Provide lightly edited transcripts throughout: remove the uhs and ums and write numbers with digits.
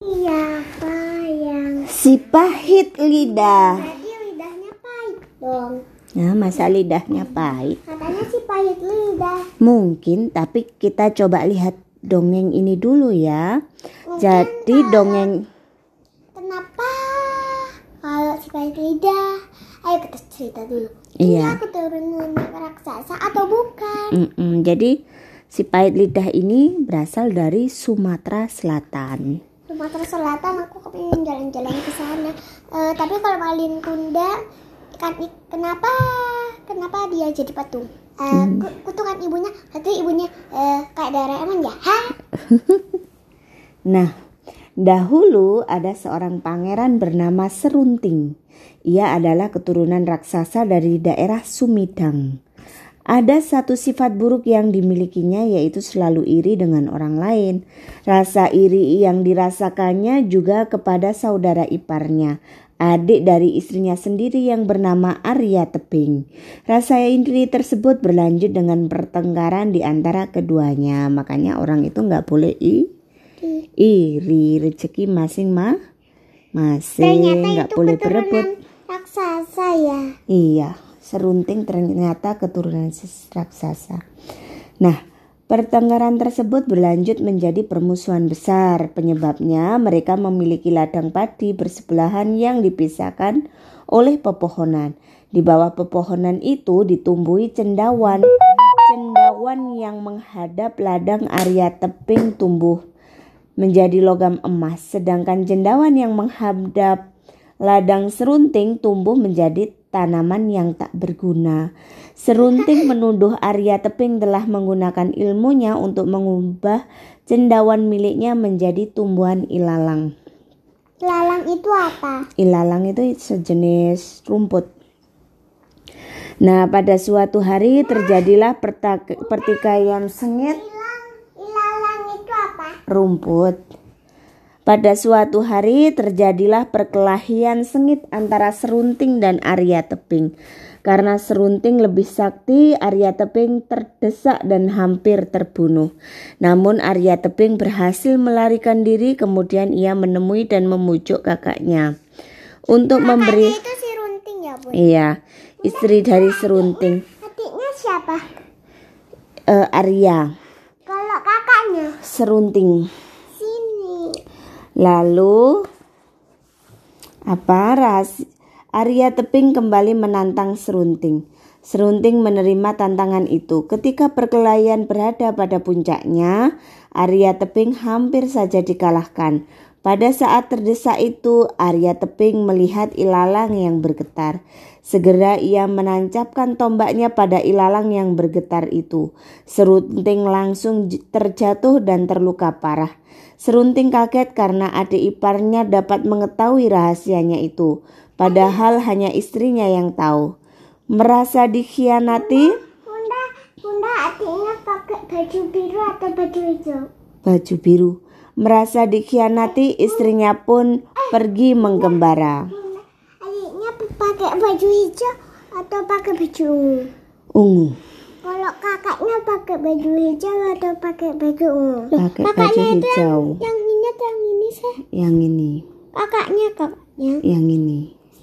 Iya, yang Si pahit lidah. Berarti lidahnya pahit dong. Nah, masa lidahnya pahit? Katanya si pahit lidah. Mungkin, tapi kita coba lihat dongeng ini dulu ya. Mungkin Jadi dongeng kenapa kalau si pahit lidah? Ayo kita cerita dulu. Iya. Dia keturunan raksasa atau bukan? Jadi si pahit lidah ini berasal dari Sumatera Selatan. Sumatera Selatan, aku kepingin jalan-jalan ke sana. Tapi kalau Malin Kunda, kenapa dia jadi patung? Kutukan ibunya, berarti ibunya kayak Doraemon ya? Hah? Nah, dahulu ada seorang pangeran bernama Serunting. Ia adalah keturunan raksasa dari daerah Sumedang. Ada satu sifat buruk yang dimilikinya, yaitu selalu iri dengan orang lain. Rasa iri yang dirasakannya juga kepada saudara iparnya, adik dari istrinya sendiri yang bernama Arya Tebing. Rasa iri tersebut berlanjut dengan pertengkaran di antara keduanya. Makanya orang itu nggak boleh iri, rezeki masing-masing, nggak boleh berebut. Raksasa ya. Iya, Serunting ternyata keturunan raksasa. Nah, pertengkaran tersebut berlanjut menjadi permusuhan besar. Penyebabnya mereka memiliki ladang padi bersebelahan yang dipisahkan oleh pepohonan. Di bawah pepohonan itu ditumbuhi cendawan. Cendawan yang menghadap ladang Arya Tebing tumbuh menjadi logam emas, sedangkan cendawan yang menghadap ladang Serunting tumbuh menjadi tanaman yang tak berguna. Serunting menuduh Arya Tebing telah menggunakan ilmunya untuk mengubah cendawan miliknya menjadi tumbuhan ilalang. Ilalang itu apa? Ilalang itu sejenis rumput. Nah, pada suatu hari terjadilah pertikaian sengit. Ilalang itu apa? Rumput. Pada suatu hari terjadilah perkelahian sengit antara Serunting dan Arya Tebing. Karena Serunting lebih sakti, Arya Tebing terdesak dan hampir terbunuh. Namun Arya Tebing berhasil melarikan diri, kemudian ia menemui dan memujuk kakaknya untuk memberi. Itu si Runting ya, Bun? Iya, istri dari Serunting. Adiknya siapa? Arya. Kalau kakaknya? Serunting. Sini. Lalu Arya Tebing kembali menantang Serunting. Serunting menerima tantangan itu. Ketika perkelahian berada pada puncaknya, Arya Tebing hampir saja dikalahkan. Pada saat terdesak itu, Arya Tebing melihat ilalang yang bergetar. Segera ia menancapkan tombaknya pada ilalang yang bergetar itu. Serunting langsung terjatuh dan terluka parah. Serunting kaget karena adik iparnya dapat mengetahui rahasianya itu, padahal hanya istrinya yang tahu. Merasa dikhianati, Bunda adiknya pakai baju biru atau baju hijau? Baju biru. Merasa dikhianati, istrinya pun pergi menggembara. Adiknya pakai baju hijau atau pakai baju Ungu. Kalau kakaknya pakai baju hijau atau pakai baju ungu? Pakai baju hijau. Yang ini atau yang ini sih? Yang ini. Kakaknya. Yang ini.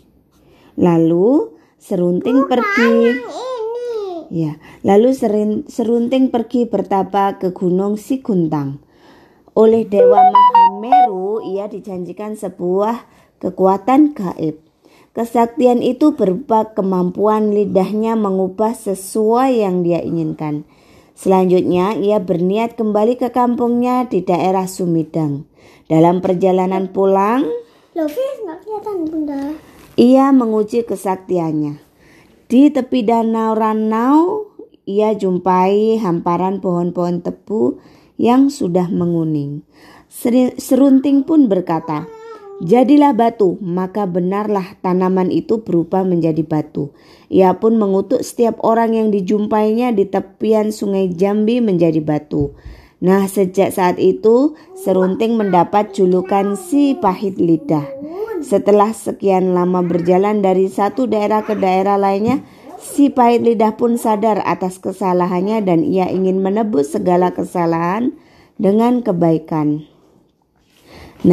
Lalu Serunting pergi. Yang ini. Ya, lalu Serunting pergi bertapa ke Gunung Siguntang. Oleh Dewa Mahameru, ia dijanjikan sebuah kekuatan gaib. Kesaktian itu berupa kemampuan lidahnya mengubah sesuai yang dia inginkan. Selanjutnya, ia berniat kembali ke kampungnya di daerah Sumedang. Dalam perjalanan pulang, nggak kelihatan, Bunda. Ia menguji kesaktiannya. Di tepi danau Ranau, ia jumpai hamparan pohon-pohon tebu yang sudah menguning. Serunting pun berkata, "Jadilah batu," maka benarlah tanaman itu berubah menjadi batu. Ia pun mengutuk setiap orang yang dijumpainya di tepian sungai Jambi menjadi batu. Nah, sejak saat itu Serunting mendapat julukan si pahit lidah. Setelah sekian lama berjalan dari satu daerah ke daerah lainnya, si pahit lidah pun sadar atas kesalahannya dan ia ingin menebus segala kesalahan dengan kebaikan. Nah,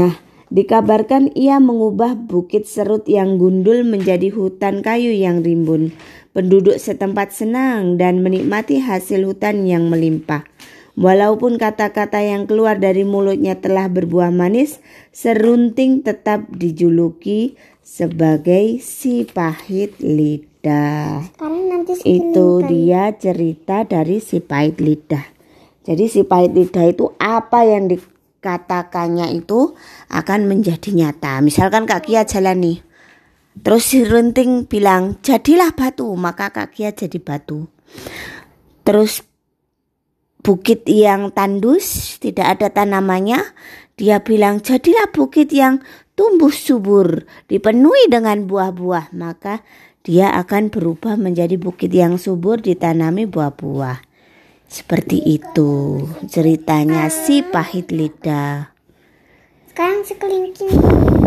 Dikabarkan ia mengubah bukit serut yang gundul menjadi hutan kayu yang rimbun. Penduduk setempat senang dan menikmati hasil hutan yang melimpah. Walaupun kata-kata yang keluar dari mulutnya telah berbuah manis, Serunting tetap dijuluki sebagai si pahit lidah. Itu dia cerita dari si pahit lidah. Jadi si pahit lidah itu apa yang dikatakannya itu akan menjadi nyata. Misalkan Kak Kia jalan nih, terus si Runting bilang jadilah batu, maka Kak Kia jadi batu. Terus bukit yang tandus tidak ada tanamannya, dia bilang jadilah bukit yang tumbuh subur, dipenuhi dengan buah-buah, maka dia akan berubah menjadi bukit yang subur ditanami buah-buah. Seperti itu ceritanya si pahit lidah. Sekarang sekelingking